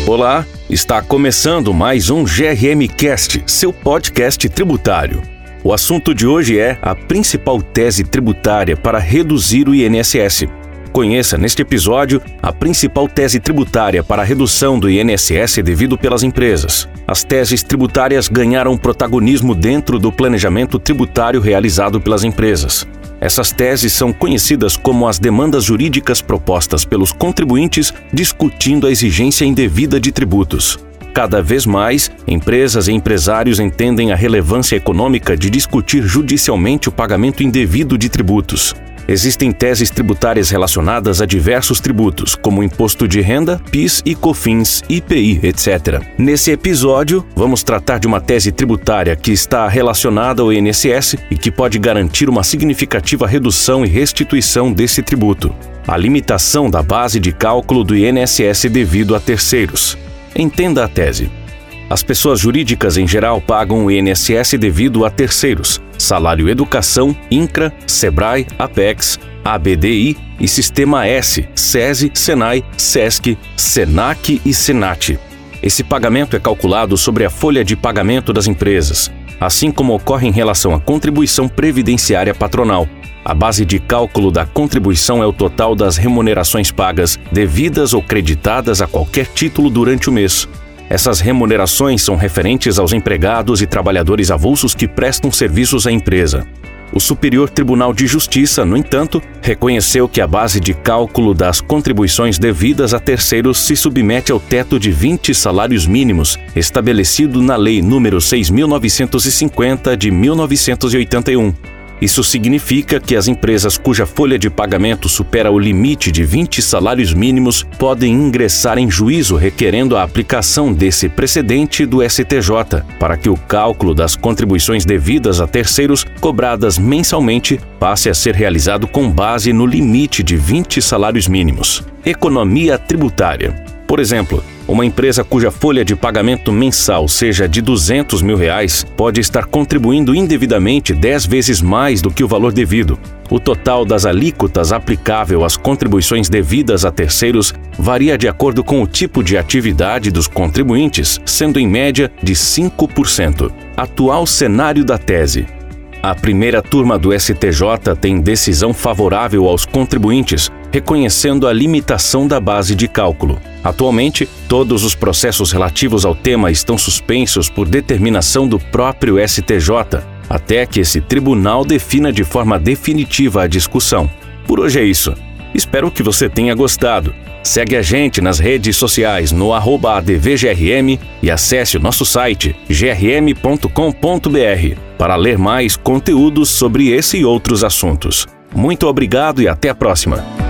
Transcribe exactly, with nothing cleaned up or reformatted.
Olá, está começando mais um G R M Cast, seu podcast tributário. O assunto de hoje é a principal tese tributária para reduzir o I N S S. Conheça neste episódio a principal tese tributária para a redução do I N S S devido pelas empresas. As teses tributárias ganharam protagonismo dentro do planejamento tributário realizado pelas empresas. Essas teses são conhecidas como as demandas jurídicas propostas pelos contribuintes discutindo a exigência indevida de tributos. Cada vez mais, empresas e empresários entendem a relevância econômica de discutir judicialmente o pagamento indevido de tributos. Existem teses tributárias relacionadas a diversos tributos, como imposto de renda, PIS e COFINS, I P I, etcétera. Nesse episódio, vamos tratar de uma tese tributária que está relacionada ao I N S S e que pode garantir uma significativa redução e restituição desse tributo. A limitação da base de cálculo do I N S S devido a terceiros. Entenda a tese. As pessoas jurídicas em geral pagam o I N S S devido a terceiros, Salário Educação, INCRA, SEBRAE, APEX, A B D I e Sistema S, SESI, SENAI, SESC, SENAC e SENAT. Esse pagamento é calculado sobre a folha de pagamento das empresas, assim como ocorre em relação à contribuição previdenciária patronal. A base de cálculo da contribuição é o total das remunerações pagas, devidas ou creditadas a qualquer título durante o mês. Essas remunerações são referentes aos empregados e trabalhadores avulsos que prestam serviços à empresa. O Superior Tribunal de Justiça, no entanto, reconheceu que a base de cálculo das contribuições devidas a terceiros se submete ao teto de vinte salários mínimos, estabelecido na Lei número seis mil novecentos e cinquenta de mil novecentos e oitenta e um. Isso significa que as empresas cuja folha de pagamento supera o limite de vinte salários mínimos podem ingressar em juízo requerendo a aplicação desse precedente do S T J, para que o cálculo das contribuições devidas a terceiros cobradas mensalmente passe a ser realizado com base no limite de vinte salários mínimos. Economia tributária. Por exemplo, uma empresa cuja folha de pagamento mensal seja de duzentos mil reais pode estar contribuindo indevidamente dez vezes mais do que o valor devido. O total das alíquotas aplicável às contribuições devidas a terceiros varia de acordo com o tipo de atividade dos contribuintes, sendo em média de cinco por cento. Atual cenário da tese. A primeira turma do S T J tem decisão favorável aos contribuintes, reconhecendo a limitação da base de cálculo. Atualmente, todos os processos relativos ao tema estão suspensos por determinação do próprio S T J, até que esse tribunal defina de forma definitiva a discussão. Por hoje é isso. Espero que você tenha gostado. Segue a gente nas redes sociais no arroba A D V G R M e acesse o nosso site g r m ponto com ponto b r para ler mais conteúdos sobre esse e outros assuntos. Muito obrigado e até a próxima!